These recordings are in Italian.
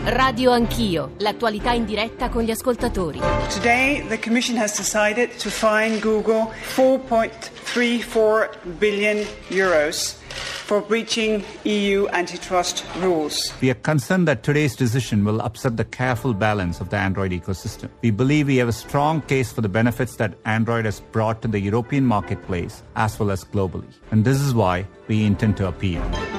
Radio Anch'io, l'attualità in diretta con gli ascoltatori. Today the Commission has decided to fine Google 4.34 billion euros for breaching EU antitrust rules. We are concerned that today's decision will upset the careful balance of the Android ecosystem. We believe we have a strong case for the benefits that Android has brought to the European marketplace as well as globally. And this is why we intend to appeal.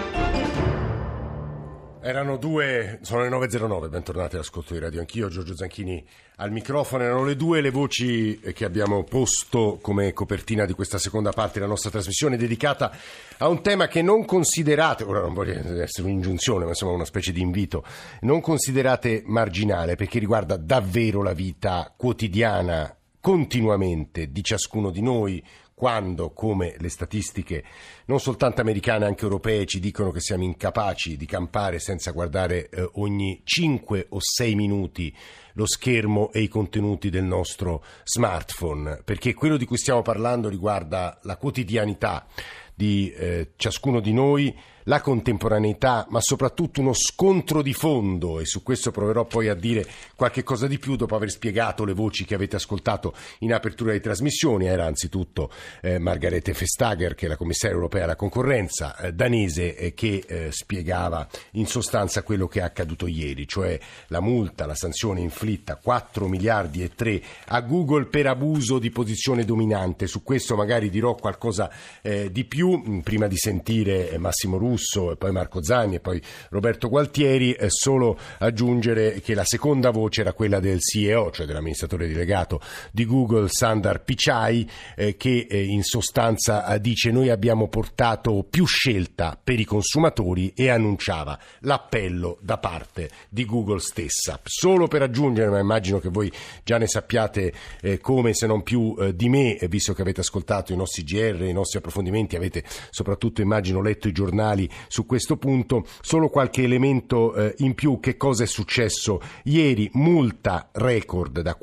Sono le 9.09, bentornati all'ascolto di Radio Anch'io, Giorgio Zanchini al microfono. Erano le due le voci che abbiamo posto come copertina di questa seconda parte della nostra trasmissione, dedicata a un tema che non considerate, ora non voglio essere un'ingiunzione, ma insomma una specie di invito, non considerate marginale, perché riguarda davvero la vita quotidiana, continuamente, di ciascuno di noi, quando, come le statistiche non soltanto americane, anche europee, ci dicono che siamo incapaci di campare senza guardare ogni 5 o 6 minuti lo schermo e i contenuti del nostro smartphone, perché quello di cui stiamo parlando riguarda la quotidianità di ciascuno di noi, la contemporaneità, ma soprattutto uno scontro di fondo, e su questo proverò poi a dire qualche cosa di più dopo aver spiegato le voci che avete ascoltato in apertura di trasmissioni. Era anzitutto Margrethe Vestager, che è la commissaria europea alla concorrenza danese, che spiegava in sostanza quello che è accaduto ieri, cioè la multa, la sanzione inflitta 4 miliardi e 3 a Google per abuso di posizione dominante. Su questo magari dirò qualcosa di più, prima di sentire Massimo Russo e poi Marco Zanni e poi Roberto Gualtieri. Solo aggiungere che la seconda voce era quella del CEO, cioè dell'amministratore delegato di Google, Sundar Pichai, che in sostanza dice: noi abbiamo portato più scelta per i consumatori, e annunciava l'appello da parte di Google stessa. Solo per aggiungere, ma immagino che voi già ne sappiate come se non più di me, visto che avete ascoltato i nostri GR, i nostri approfondimenti, avete soprattutto, immagino, letto i giornali su questo punto. Solo qualche elemento in più. Che cosa è successo ieri? Multa record da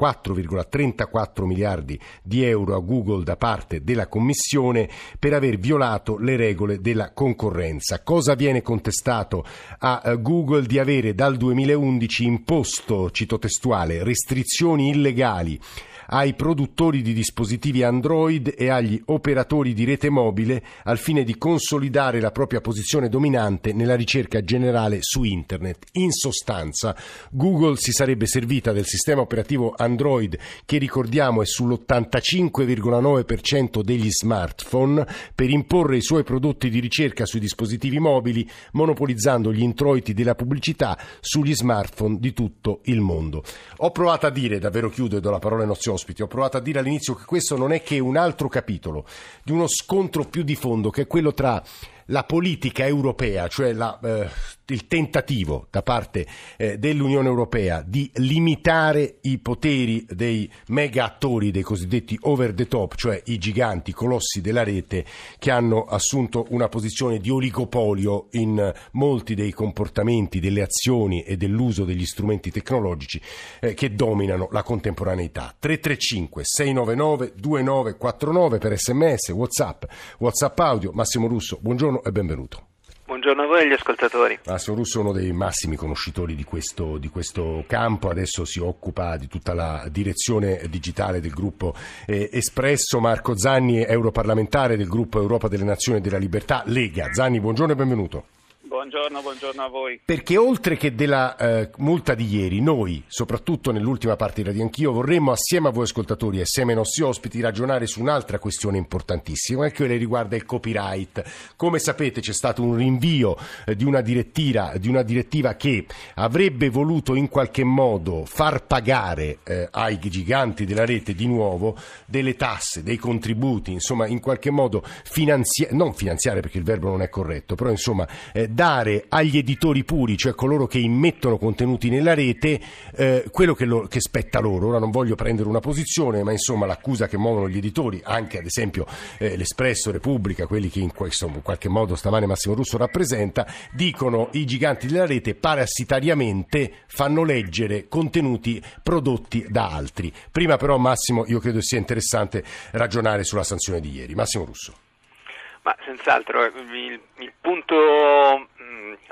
4,34 miliardi di euro a Google da parte della Commissione per aver violato le regole della concorrenza. Cosa viene contestato a Google? Di avere dal 2011 imposto, cito testuale, restrizioni illegali ai produttori di dispositivi Android e agli operatori di rete mobile al fine di consolidare la propria posizione dominante nella ricerca generale su Internet. In sostanza, Google si sarebbe servita del sistema operativo Android, che ricordiamo è sull'85,9% degli smartphone, per imporre i suoi prodotti di ricerca sui dispositivi mobili, monopolizzando gli introiti della pubblicità sugli smartphone di tutto il mondo. Ho provato a dire, davvero chiudo e do la parola ai nostri ospiti, ho provato a dire all'inizio che questo non è che un altro capitolo di uno scontro più di fondo, che è quello tra la politica europea, cioè il tentativo da parte dell'Unione Europea di limitare i poteri dei mega attori, dei cosiddetti over the top, cioè i giganti, i colossi della rete, che hanno assunto una posizione di oligopolio in molti dei comportamenti, delle azioni e dell'uso degli strumenti tecnologici che dominano la contemporaneità. 335 699 2949 per SMS, WhatsApp audio. Massimo Russo, buongiorno e benvenuto. Buongiorno a voi e agli ascoltatori. Massimo Russo è uno dei massimi conoscitori di questo campo, adesso si occupa di tutta la direzione digitale del gruppo Espresso. Marco Zanni è europarlamentare del gruppo Europa delle Nazioni e della Libertà, Lega. Zanni, buongiorno e benvenuto. Buongiorno a voi. Perché oltre che della multa di ieri, noi, soprattutto nell'ultima parte di Radio Anch'io, vorremmo assieme a voi ascoltatori e assieme ai nostri ospiti ragionare su un'altra questione importantissima, che riguarda il copyright. Come sapete c'è stato un rinvio di una direttiva che avrebbe voluto in qualche modo far pagare ai giganti della rete di nuovo delle tasse, dei contributi, insomma in qualche modo non finanziare, perché il verbo non è corretto, però insomma dare agli editori puri, cioè coloro che immettono contenuti nella rete, quello che spetta loro. Ora non voglio prendere una posizione, ma insomma l'accusa che muovono gli editori, anche ad esempio l'Espresso, Repubblica, quelli che in qualche modo stamane Massimo Russo rappresenta, dicono: i giganti della rete parassitariamente fanno leggere contenuti prodotti da altri. Prima però, Massimo, io credo sia interessante ragionare sulla sanzione di ieri. Massimo Russo. Ma senz'altro il punto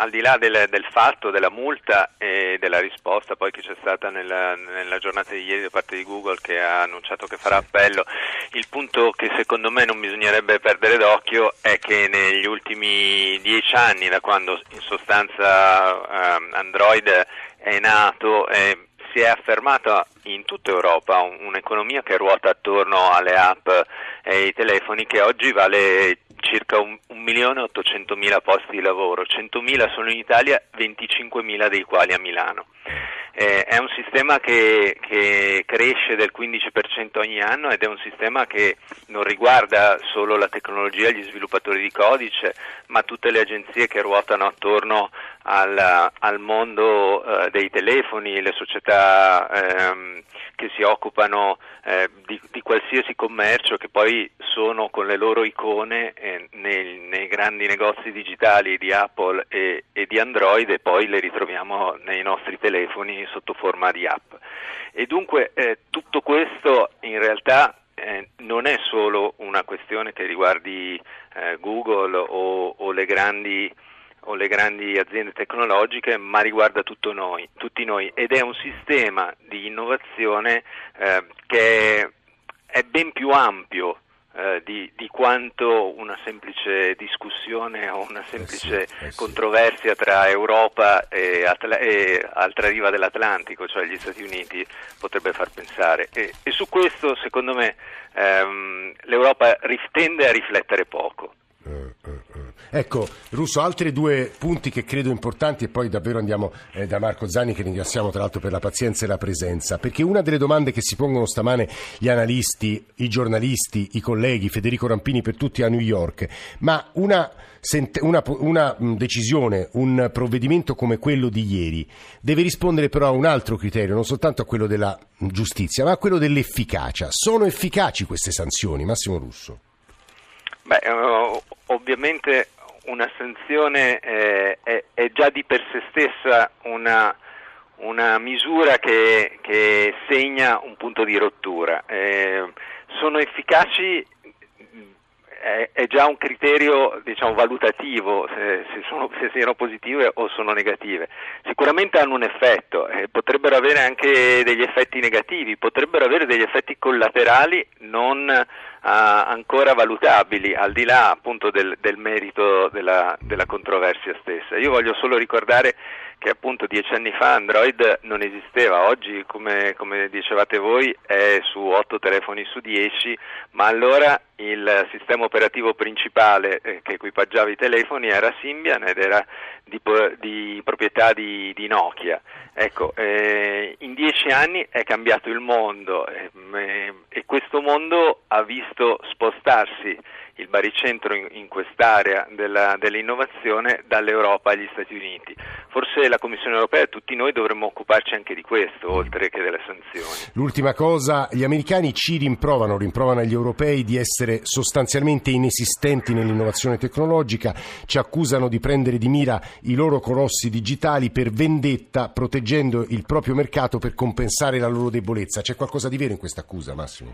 al di là del fatto della multa e della risposta poi che c'è stata nella giornata di ieri da parte di Google, che ha annunciato che farà appello, il punto che secondo me non bisognerebbe perdere d'occhio è che negli ultimi 10 anni, da quando in sostanza Android è nato, si è affermata in tutta Europa un'economia che ruota attorno alle app e ai telefoni, che oggi vale circa 1.800.000 posti di lavoro, 100.000 solo in Italia, 25.000 dei quali a Milano. È un sistema che cresce del 15% ogni anno, ed è un sistema che non riguarda solo la tecnologia e gli sviluppatori di codice, ma tutte le agenzie che ruotano attorno al mondo dei telefoni, le società che si occupano di qualsiasi commercio, che poi sono con le loro icone nei grandi negozi digitali di Apple e di Android, e poi le ritroviamo nei nostri telefoni sotto forma di app. E dunque tutto questo in realtà non è solo una questione che riguardi Google o le grandi aziende tecnologiche, ma riguarda tutti noi, ed è un sistema di innovazione che è ben più ampio di quanto una semplice discussione o una semplice controversia tra Europa e altra riva dell'Atlantico, cioè gli Stati Uniti, potrebbe far pensare. E su questo, secondo me, l'Europa tende a riflettere poco. Ecco, Russo, altri due punti che credo importanti, e poi davvero andiamo da Marco Zanni, che ringraziamo tra l'altro per la pazienza e la presenza, perché una delle domande che si pongono stamane gli analisti, i giornalisti, i colleghi, Federico Rampini per tutti a New York, ma una decisione, un provvedimento come quello di ieri deve rispondere però a un altro criterio, non soltanto a quello della giustizia, ma a quello dell'efficacia. Sono efficaci queste sanzioni, Massimo Russo? Ovviamente una sanzione è già di per sé stessa una misura che segna un punto di rottura. Sono efficaci, è già un criterio, diciamo, valutativo se siano positive o sono negative. Sicuramente hanno un effetto, potrebbero avere anche degli effetti negativi, potrebbero avere degli effetti collaterali non ancora valutabili, al di là appunto del merito della controversia stessa. Io voglio solo ricordare che appunto 10 anni fa Android non esisteva, oggi come dicevate voi è su 8 telefoni su 10, ma allora il sistema operativo principale che equipaggiava i telefoni era Symbian ed era di proprietà di Nokia. Ecco, in 10 anni è cambiato il mondo e questo mondo ha visto spostarsi il baricentro in quest'area dell'innovazione dall'Europa agli Stati Uniti. Forse la Commissione europea e tutti noi dovremmo occuparci anche di questo, oltre che delle sanzioni. L'ultima cosa, gli americani ci rimproverano agli europei di essere sostanzialmente inesistenti nell'innovazione tecnologica, ci accusano di prendere di mira i loro colossi digitali per vendetta, proteggendo il proprio mercato per compensare la loro debolezza. C'è qualcosa di vero in questa accusa, Massimo?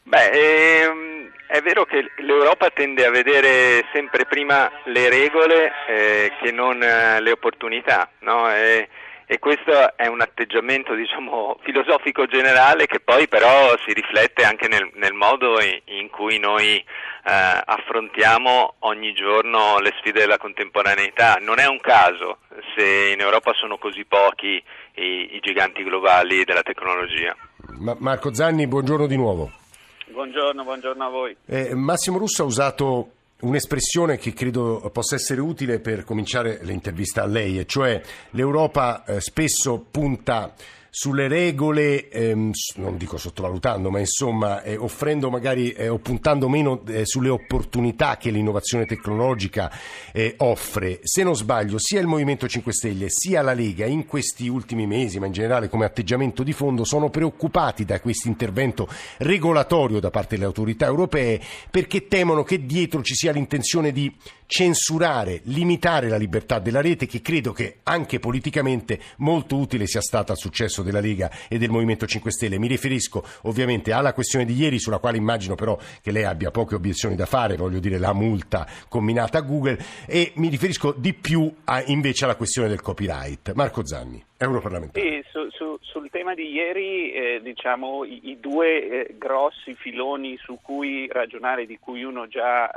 È vero che l'Europa tende a vedere sempre prima le regole che non le opportunità, no? E questo è un atteggiamento, diciamo, filosofico generale, che poi però si riflette anche nel modo in cui noi affrontiamo ogni giorno le sfide della contemporaneità. Non è un caso se in Europa sono così pochi i giganti globali della tecnologia. Marco Zanni, buongiorno di nuovo. Buongiorno a voi. Massimo Russo ha usato un'espressione che credo possa essere utile per cominciare l'intervista a lei, e cioè l'Europa spesso punta sulle regole, non dico sottovalutando, ma insomma offrendo magari o puntando meno sulle opportunità che l'innovazione tecnologica offre. Se non sbaglio, sia il Movimento 5 Stelle sia la Lega in questi ultimi mesi, ma in generale come atteggiamento di fondo, sono preoccupati da questo intervento regolatorio da parte delle autorità europee, perché temono che dietro ci sia l'intenzione di censurare, limitare la libertà della rete, che credo che anche politicamente molto utile sia stata al successo della Lega e del Movimento 5 Stelle. Mi riferisco ovviamente alla questione di ieri, sulla quale immagino però che lei abbia poche obiezioni da fare, voglio dire la multa comminata a Google, e mi riferisco di più invece alla questione del copyright. Marco Zanni, europarlamentare. Sul tema di ieri, diciamo, i due grossi filoni su cui ragionare, di cui uno già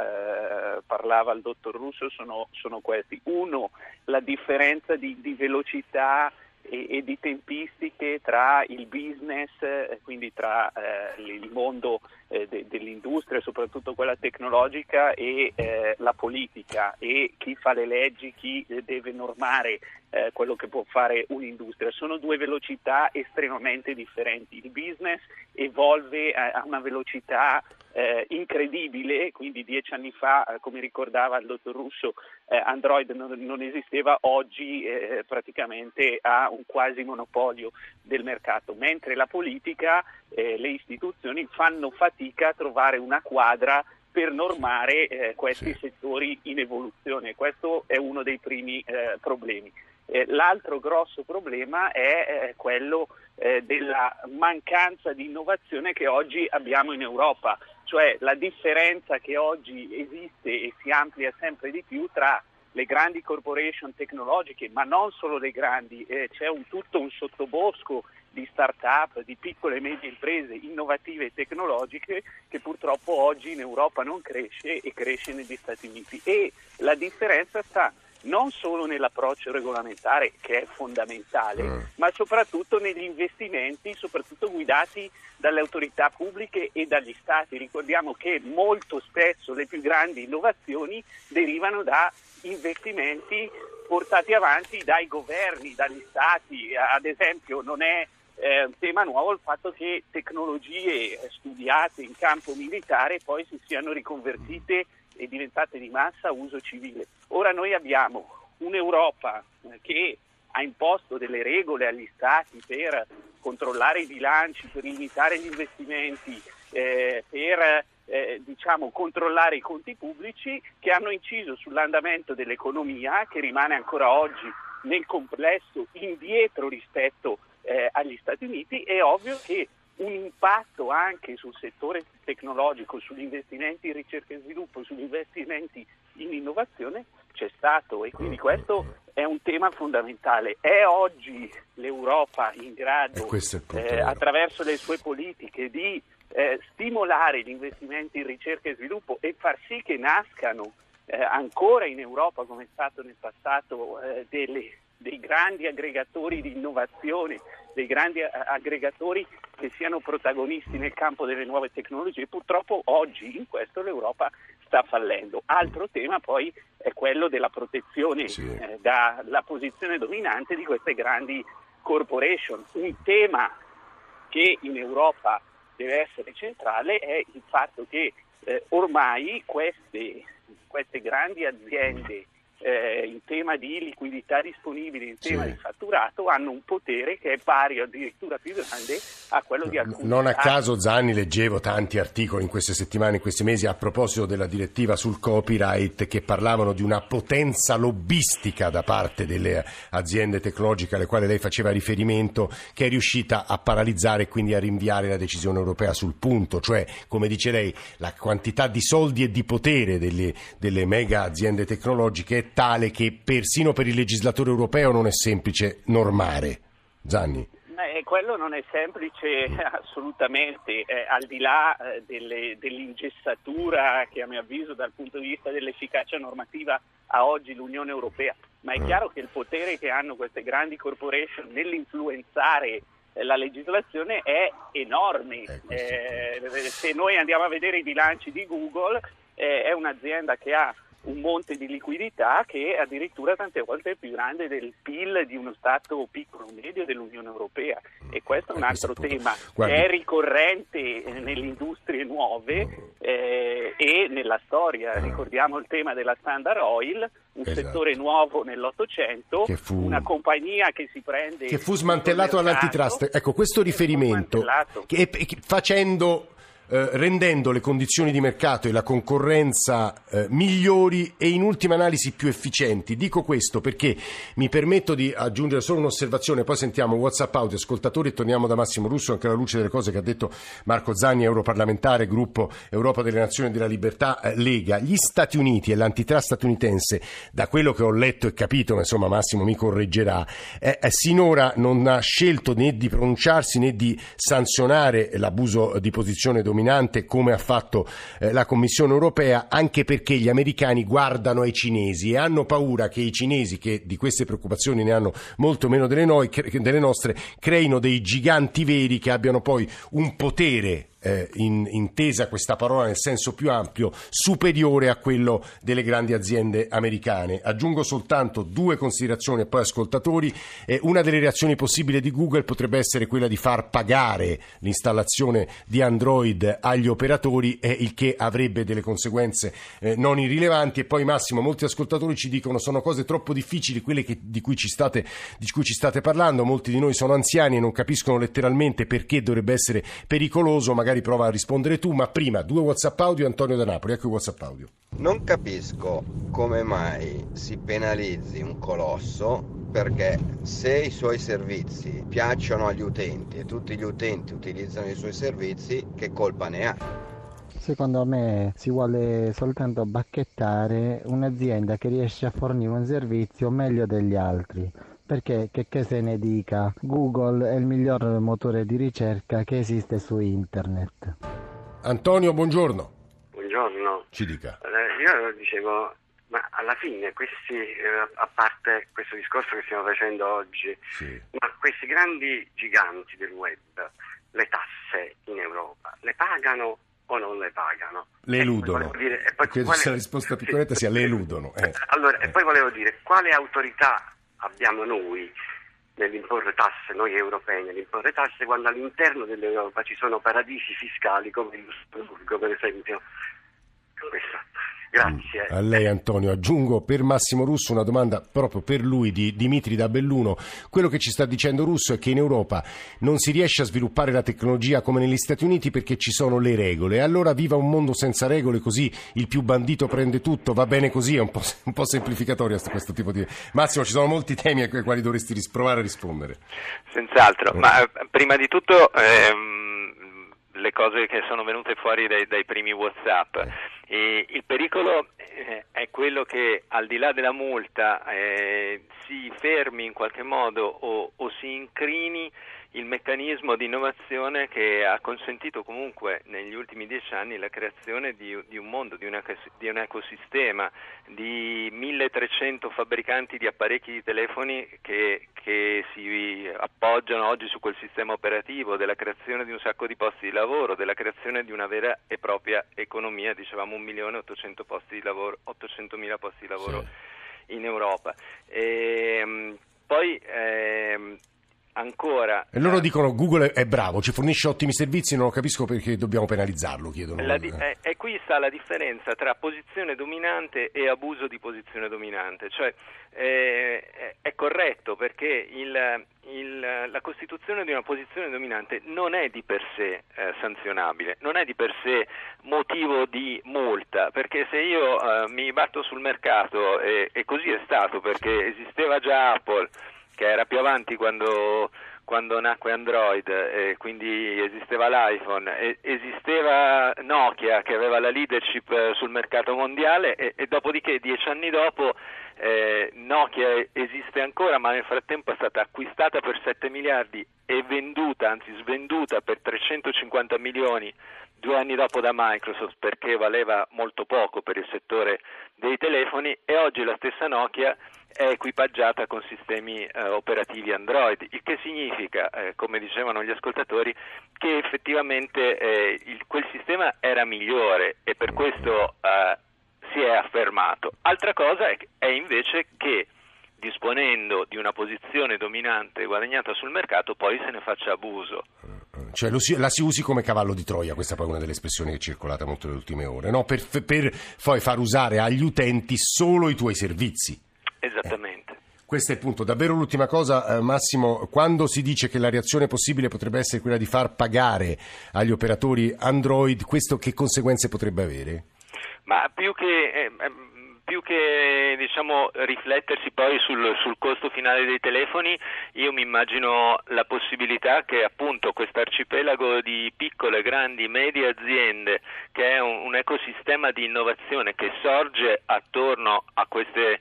parlava il dottor Russo, sono questi. Uno, la differenza di velocità e di tempistiche tra il business, quindi tra il mondo dell'industria, soprattutto quella tecnologica, e la politica, e chi fa le leggi, chi deve normare quello che può fare un'industria. Sono due velocità estremamente differenti. Il business evolve a una velocità incredibile, quindi 10 anni fa, come ricordava il dottor Russo, Android non esisteva, oggi praticamente ha un quasi monopolio del mercato, mentre la politica, le istituzioni fanno fatica a trovare una quadra per normare questi settori in evoluzione. Questo è uno dei primi problemi. L'altro grosso problema è quello della mancanza di innovazione che oggi abbiamo in Europa, cioè la differenza che oggi esiste e si amplia sempre di più tra le grandi corporation tecnologiche, ma non solo le grandi, c'è tutto un sottobosco di start-up, di piccole e medie imprese innovative e tecnologiche che purtroppo oggi in Europa non cresce e cresce negli Stati Uniti. E la differenza sta non solo nell'approccio regolamentare, che è fondamentale, ma soprattutto negli investimenti, soprattutto guidati dalle autorità pubbliche e dagli Stati. Ricordiamo che molto spesso le più grandi innovazioni derivano da investimenti portati avanti dai governi, dagli Stati. Ad esempio, non è un tema nuovo il fatto che tecnologie studiate in campo militare poi si siano riconvertite e diventate di massa a uso civile. Ora noi abbiamo un'Europa che ha imposto delle regole agli Stati per controllare i bilanci, per limitare gli investimenti, per controllare i conti pubblici, che hanno inciso sull'andamento dell'economia, che rimane ancora oggi nel complesso indietro rispetto agli Stati Uniti. È ovvio che un impatto anche sul settore tecnologico, sugli investimenti in ricerca e sviluppo, sugli investimenti in innovazione c'è stato, e quindi questo è un tema fondamentale. È oggi l'Europa in grado, attraverso le sue politiche, di stimolare gli investimenti in ricerca e sviluppo e far sì che nascano ancora in Europa, come è stato nel passato, dei grandi aggregatori di innovazione, dei grandi aggregatori che siano protagonisti nel campo delle nuove tecnologie? Purtroppo oggi in questo l'Europa sta fallendo. Altro tema poi è quello della protezione dalla posizione dominante di queste grandi corporation. Un tema che in Europa deve essere centrale è il fatto che ormai queste grandi aziende in tema di liquidità disponibili, in tema di fatturato, hanno un potere che è pari o addirittura più grande a quello di alcuni. Non a caso, Zanni, leggevo tanti articoli in queste settimane, in questi mesi, a proposito della direttiva sul copyright, che parlavano di una potenza lobbistica da parte delle aziende tecnologiche alle quali lei faceva riferimento, che è riuscita a paralizzare e quindi a rinviare la decisione europea sul punto. Cioè, come dice lei, la quantità di soldi e di potere delle mega aziende tecnologiche è tale che persino per il legislatore europeo non è semplice normare. Zanni? Quello non è semplice assolutamente, al di là dell'ingessatura che a mio avviso dal punto di vista dell'efficacia normativa ha oggi l'Unione Europea, ma è chiaro che il potere che hanno queste grandi corporation nell'influenzare la legislazione è enorme. Se noi andiamo a vedere i bilanci di Google, è un'azienda che ha un monte di liquidità che addirittura tante volte è più grande del PIL di uno Stato piccolo o medio dell'Unione Europea, e questo è un altro tema che è ricorrente nelle industrie nuove e nella storia. Ricordiamo il tema della Standard Oil, un settore nuovo nell'Ottocento, una compagnia che si prende, che fu smantellato dall'antitrust. Ecco, questo riferimento che facendo rendendo le condizioni di mercato e la concorrenza migliori e in ultima analisi più efficienti. Dico questo perché mi permetto di aggiungere solo un'osservazione, poi sentiamo WhatsApp audio, ascoltatori, e torniamo da Massimo Russo anche alla luce delle cose che ha detto Marco Zanni, europarlamentare, gruppo Europa delle Nazioni e della Libertà, Lega. Gli Stati Uniti e l'antitrust statunitense, da quello che ho letto e capito, insomma Massimo mi correggerà, sinora non ha scelto né di pronunciarsi né di sanzionare l'abuso di posizione dominante come ha fatto la Commissione europea, anche perché gli americani guardano ai cinesi e hanno paura che i cinesi, che di queste preoccupazioni ne hanno molto meno delle nostre, creino dei giganti veri che abbiano poi un potere, intesa questa parola nel senso più ampio, superiore a quello delle grandi aziende americane. Aggiungo soltanto 2 considerazioni e poi ascoltatori. Una delle reazioni possibili di Google potrebbe essere quella di far pagare l'installazione di Android agli operatori, il che avrebbe delle conseguenze non irrilevanti. E poi Massimo, molti ascoltatori ci dicono sono cose troppo difficili quelle di cui ci state parlando, molti di noi sono anziani e non capiscono letteralmente perché dovrebbe essere pericoloso. Magari prova a rispondere tu, ma prima 2 WhatsApp audio. Antonio da Napoli, ecco il WhatsApp audio. Non capisco come mai si penalizzi un colosso, perché se i suoi servizi piacciono agli utenti e tutti gli utenti utilizzano i suoi servizi, che colpa ne ha? Secondo me si vuole soltanto bacchettare un'azienda che riesce a fornire un servizio meglio degli altri. Perché, che se ne dica, Google è il miglior motore di ricerca che esiste su internet. Antonio, buongiorno. Buongiorno. Ci dica. Io dicevo, ma alla fine questi, a parte questo discorso che stiamo facendo oggi, sì, ma questi grandi giganti del web, le tasse in Europa, le pagano o non le pagano? Le eludono. Credo sia la risposta più corretta sia le eludono. Allora, e poi volevo dire, quale autorità abbiamo noi nell'imporre tasse, noi europei nell'imporre tasse, quando all'interno dell'Europa ci sono paradisi fiscali come il Lussemburgo, per esempio? Questo. Grazie. A lei Antonio. Aggiungo per Massimo Russo una domanda proprio per lui di Dimitri da Belluno. Quello che ci sta dicendo Russo è che in Europa non si riesce a sviluppare la tecnologia come negli Stati Uniti perché ci sono le regole. Allora viva un mondo senza regole, così il più bandito prende tutto, va bene così? È un po' semplificatorio questo tipo di... Massimo, ci sono molti temi ai quali dovresti provare a rispondere. Senz'altro, ma prima di tutto le cose che sono venute fuori dai primi WhatsApp. E il pericolo è quello che al di là della multa si fermi in qualche modo o si incrini il meccanismo di innovazione che ha consentito comunque negli ultimi 10 anni la creazione di un mondo, di un ecosistema, di 1300 fabbricanti di apparecchi di telefoni che si appoggiano oggi su quel sistema operativo, della creazione di un sacco di posti di lavoro, della creazione di una vera e propria economia, dicevamo 1.800.000 posti di lavoro, 800.000 posti di lavoro sì, in Europa. Poi ancora. E loro dicono Google è bravo, ci fornisce ottimi servizi, non capisco perché dobbiamo penalizzarlo, chiedono. E qui sta la differenza tra posizione dominante e abuso di posizione dominante, cioè è corretto perché la costituzione di una posizione dominante non è di per sé sanzionabile, non è di per sé motivo di multa, perché se io mi batto sul mercato e così è stato perché esisteva già Apple che era più avanti quando nacque Android, quindi esisteva l'iPhone, esisteva Nokia che aveva la leadership sul mercato mondiale e dopodiché 10 anni dopo Nokia esiste ancora, ma nel frattempo è stata acquistata per 7 miliardi e venduta, anzi svenduta per 350 milioni 2 anni dopo da Microsoft perché valeva molto poco per il settore dei telefoni, e oggi la stessa Nokia è equipaggiata con sistemi operativi Android, il che significa, come dicevano gli ascoltatori, che effettivamente quel sistema era migliore e per questo si è affermato. Altra cosa è invece che disponendo di una posizione dominante guadagnata sul mercato poi se ne faccia abuso. Cioè la si usi come cavallo di Troia, questa è poi una delle espressioni che è circolata molto nelle ultime ore, no? Per poi far usare agli utenti solo i tuoi servizi. Esattamente. Questo è il punto. Davvero l'ultima cosa, Massimo, quando si dice che la reazione possibile potrebbe essere quella di far pagare agli operatori Android, questo che conseguenze potrebbe avere? Ma più che diciamo riflettersi poi sul costo finale dei telefoni, io mi immagino la possibilità che appunto questo arcipelago di piccole, grandi, medie aziende, che è un ecosistema di innovazione che sorge attorno a queste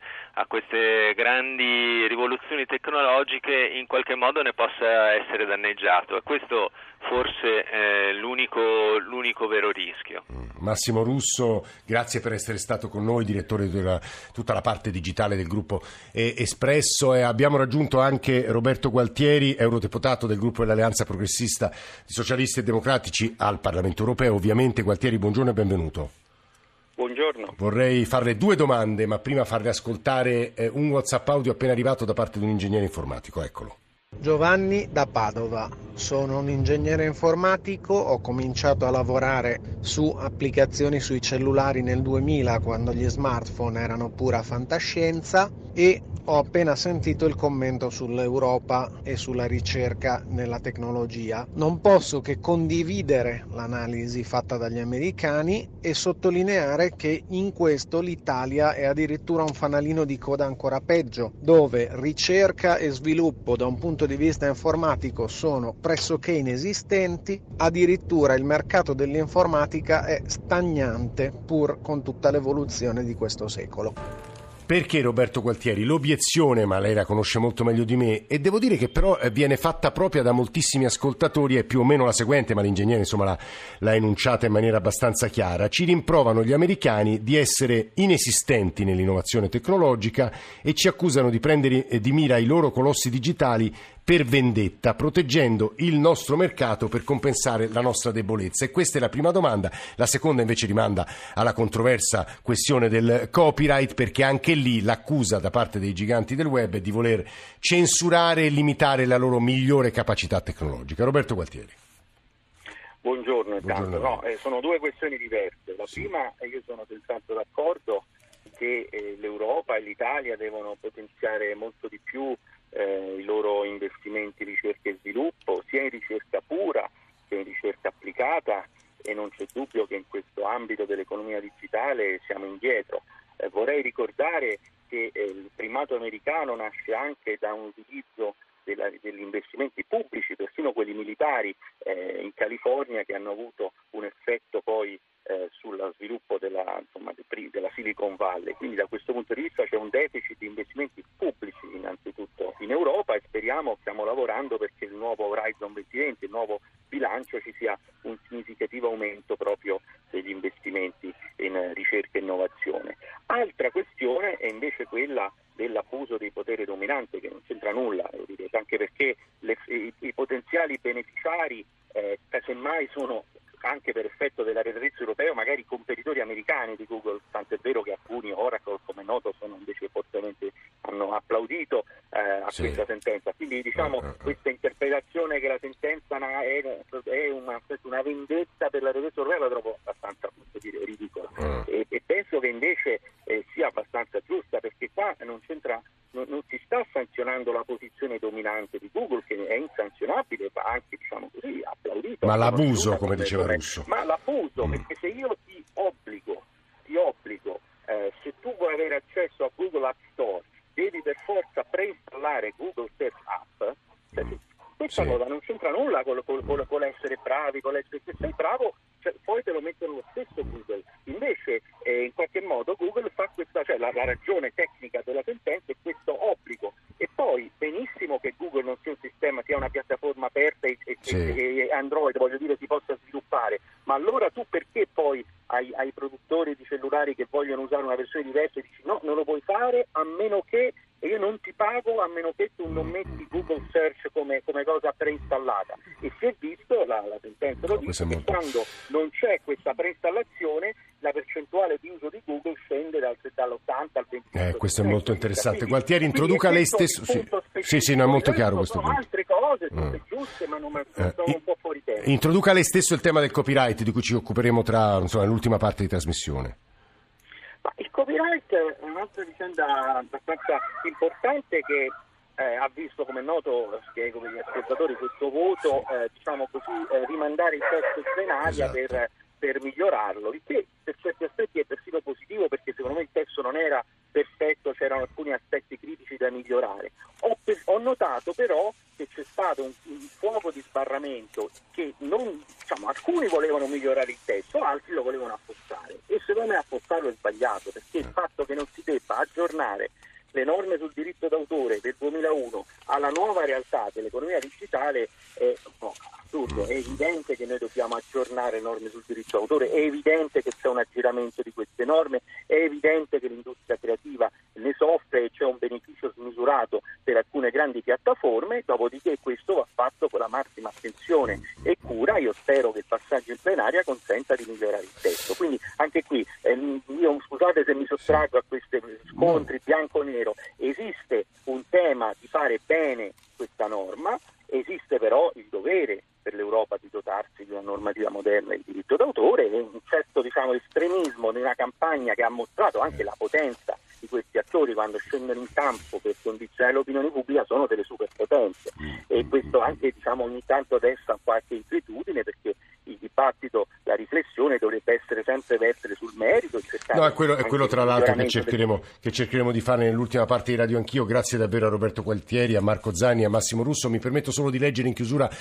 grandi rivoluzioni tecnologiche, in qualche modo ne possa essere danneggiato, e questo forse è l'unico vero rischio. Massimo Russo, grazie per essere stato con noi, direttore di tutta la parte digitale del gruppo Espresso, e abbiamo raggiunto anche Roberto Gualtieri, eurodeputato del gruppo dell'Alleanza Progressista di Socialisti e Democratici al Parlamento Europeo. Ovviamente, Gualtieri, buongiorno e benvenuto. Buongiorno. Vorrei farle 2 domande, ma prima farle ascoltare un WhatsApp audio appena arrivato da parte di un ingegnere informatico. Eccolo. Giovanni da Padova, sono un ingegnere informatico, ho cominciato a lavorare su applicazioni sui cellulari nel 2000 quando gli smartphone erano pura fantascienza, e ho appena sentito il commento sull'Europa e sulla ricerca nella tecnologia. Non posso che condividere l'analisi fatta dagli americani e sottolineare che in questo l'Italia è addirittura un fanalino di coda ancora peggio, dove ricerca e sviluppo da un punto di vista informatico sono pressoché inesistenti, addirittura il mercato dell'informatica è stagnante pur con tutta l'evoluzione di questo secolo. Perché, Roberto Gualtieri? L'obiezione, ma lei la conosce molto meglio di me, e devo dire che però viene fatta propria da moltissimi ascoltatori, è più o meno la seguente, ma l'ingegnere insomma l'ha enunciata in maniera abbastanza chiara. Ci rimprovano gli americani di essere inesistenti nell'innovazione tecnologica e ci accusano di prendere di mira i loro colossi digitali per vendetta, proteggendo il nostro mercato per compensare la nostra debolezza. E questa è la prima domanda. La seconda invece rimanda alla controversa questione del copyright, perché anche lì l'accusa da parte dei giganti del web è di voler censurare e limitare la loro migliore capacità tecnologica. Roberto Gualtieri. Buongiorno intanto. No, sono 2 questioni diverse. La prima, io sono senz'altro d'accordo che l'Europa e l'Italia devono potenziare molto di più i loro investimenti in ricerca e sviluppo, sia in ricerca pura che in ricerca applicata, e non c'è dubbio che in questo ambito dell'economia digitale siamo indietro. Vorrei ricordare che il primato americano nasce anche da un utilizzo degli investimenti pubblici, persino quelli militari, in California, che hanno avuto un effetto poi sullo sviluppo della Silicon Valley. Quindi da questo punto di vista c'è un deficit di investimenti pubblici innanzitutto in Europa, e stiamo lavorando perché il nuovo Horizon 2020, il nuovo bilancio, ci sia un significativo aumento proprio degli investimenti in ricerca e innovazione. Altra questione è invece quella dell'abuso di potere dominante, che non c'entra nulla, anche perché i potenziali beneficiari casemmai sono, anche per effetto dell'arretratezza europeo, magari competitori americani di Google, tant'è vero che alcuni, Oracle come noto, sono invece fortemente hanno applaudito a questa sentenza. Quindi questa interpretazione che la sentenza è una vendetta per l'arretratezza europea la trovo abbastanza, ridicola, e penso che invece sia abbastanza giusta, perché qua non si sta sanzionando la posizione dominante di Google, che è insanzionabile, ma anche applaudito. Ma l'abuso, come diceva Russo. Ma l'abuso, perché se io ti obbligo, se tu vuoi avere accesso a Google App Store, devi per forza preinstallare Google Search App. Questa cosa non c'entra nulla con essere bravi, se sei bravo, poi te lo mettono lo stesso Google. Invece in qualche modo Google fa questa, la ragione tecnica della sentenza è questo obbligo. E poi benissimo che Google non sia un sistema, sia una piattaforma aperta e Android, si possa sviluppare, ma allora tu perché poi ai produttori di cellulari che vogliono usare una versione diversa dici no, non lo puoi fare a meno che, e io non ti pago a meno che tu non metti Google Search come cosa preinstallata. E si è visto, la sentenza lo dice, che quando non c'è questa preinstallazione la percentuale di uso di Google scende dall'80 al 20%. Questo è molto interessante. Gualtieri, introduca lei stesso. Sì, no, è molto chiaro questo punto. Sono altre cose, tutte giuste, ma non sono un po' fuori tempo. Introduca lei stesso il tema del copyright, di cui ci occuperemo tra l'ultima parte di trasmissione. Ma il copyright è un'altra vicenda abbastanza importante che ha visto, come è noto, spiego per gli ascoltatori, questo voto rimandare il testo in plenaria per migliorarlo, il che per certi aspetti è persino positivo, perché secondo me il testo non era perfetto, c'erano alcuni aspetti critici da migliorare. Ho notato però che c'è stato un fuoco di sbarramento che alcuni volevano migliorare il testo, altri lo volevano affossare, e secondo me affossarlo è sbagliato, perché il fatto che non si debba aggiornare le norme sul diritto d'autore del 2001 alla nuova realtà dell'economia digitale è assurdo. È evidente che noi dobbiamo aggiornare le norme sul diritto d'autore, è evidente che c'è un aggiramento di queste norme, è evidente che l'industria creativa ne soffre e c'è un beneficio smisurato per alcune grandi piattaforme, dopodiché questo va fatto con la massima attenzione e cura. Io spero che il passaggio in plenaria consenta di migliorare il testo. Quindi anche qui, scusate se mi sottraggo a questi scontri bianco-nero, esiste un tema di fare bene questa norma, esiste però il dovere per l'Europa di dotarsi di una normativa moderna del diritto d'autore, e un certo estremismo di una campagna che ha mostrato anche la potenza di questi attori quando scendono in campo per condizionare l'opinione pubblica, sono delle superpotenze, e questo anche ogni tanto desta qualche inquietudine, perché il dibattito, la riflessione dovrebbe essere sempre vertere sul merito e cercare. È quello tra l'altro che cercheremo di fare nell'ultima parte di Radio Anch'io. Grazie davvero a Roberto Gualtieri, a Marco Zanni, a Massimo Russo. Mi permetto solo di leggere in chiusura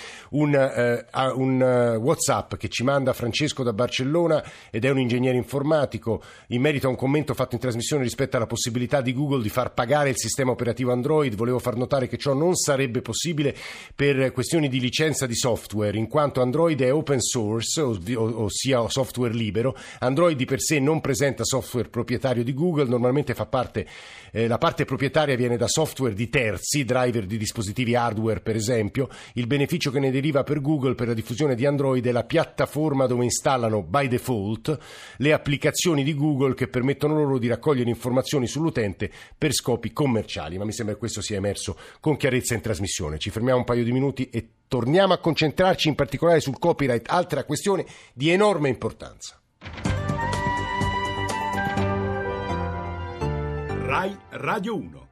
un WhatsApp che ci manda Francesco da Barcellona, ed è un ingegnere informatico, in merito a un commento fatto in trasmissione rispetto alla possibilità di Google di far pagare il sistema operativo Android. Volevo far notare che ciò non sarebbe possibile per questioni di licenza di software, in quanto Android è open source, ossia software libero. Android di per sé non presenta software proprietario di Google, normalmente la parte proprietaria viene da software di terzi, driver di dispositivi hardware per esempio. Il beneficio che ne deriva per Google per la diffusione di Android è la piattaforma dove installano by default le applicazioni di Google che permettono loro di raccogliere informazioni sull'utente per scopi commerciali. Ma mi sembra che questo sia emerso con chiarezza in trasmissione. Ci fermiamo un paio di minuti e torniamo a concentrarci in particolare sul copyright, altra questione di enorme importanza. Rai Radio 1.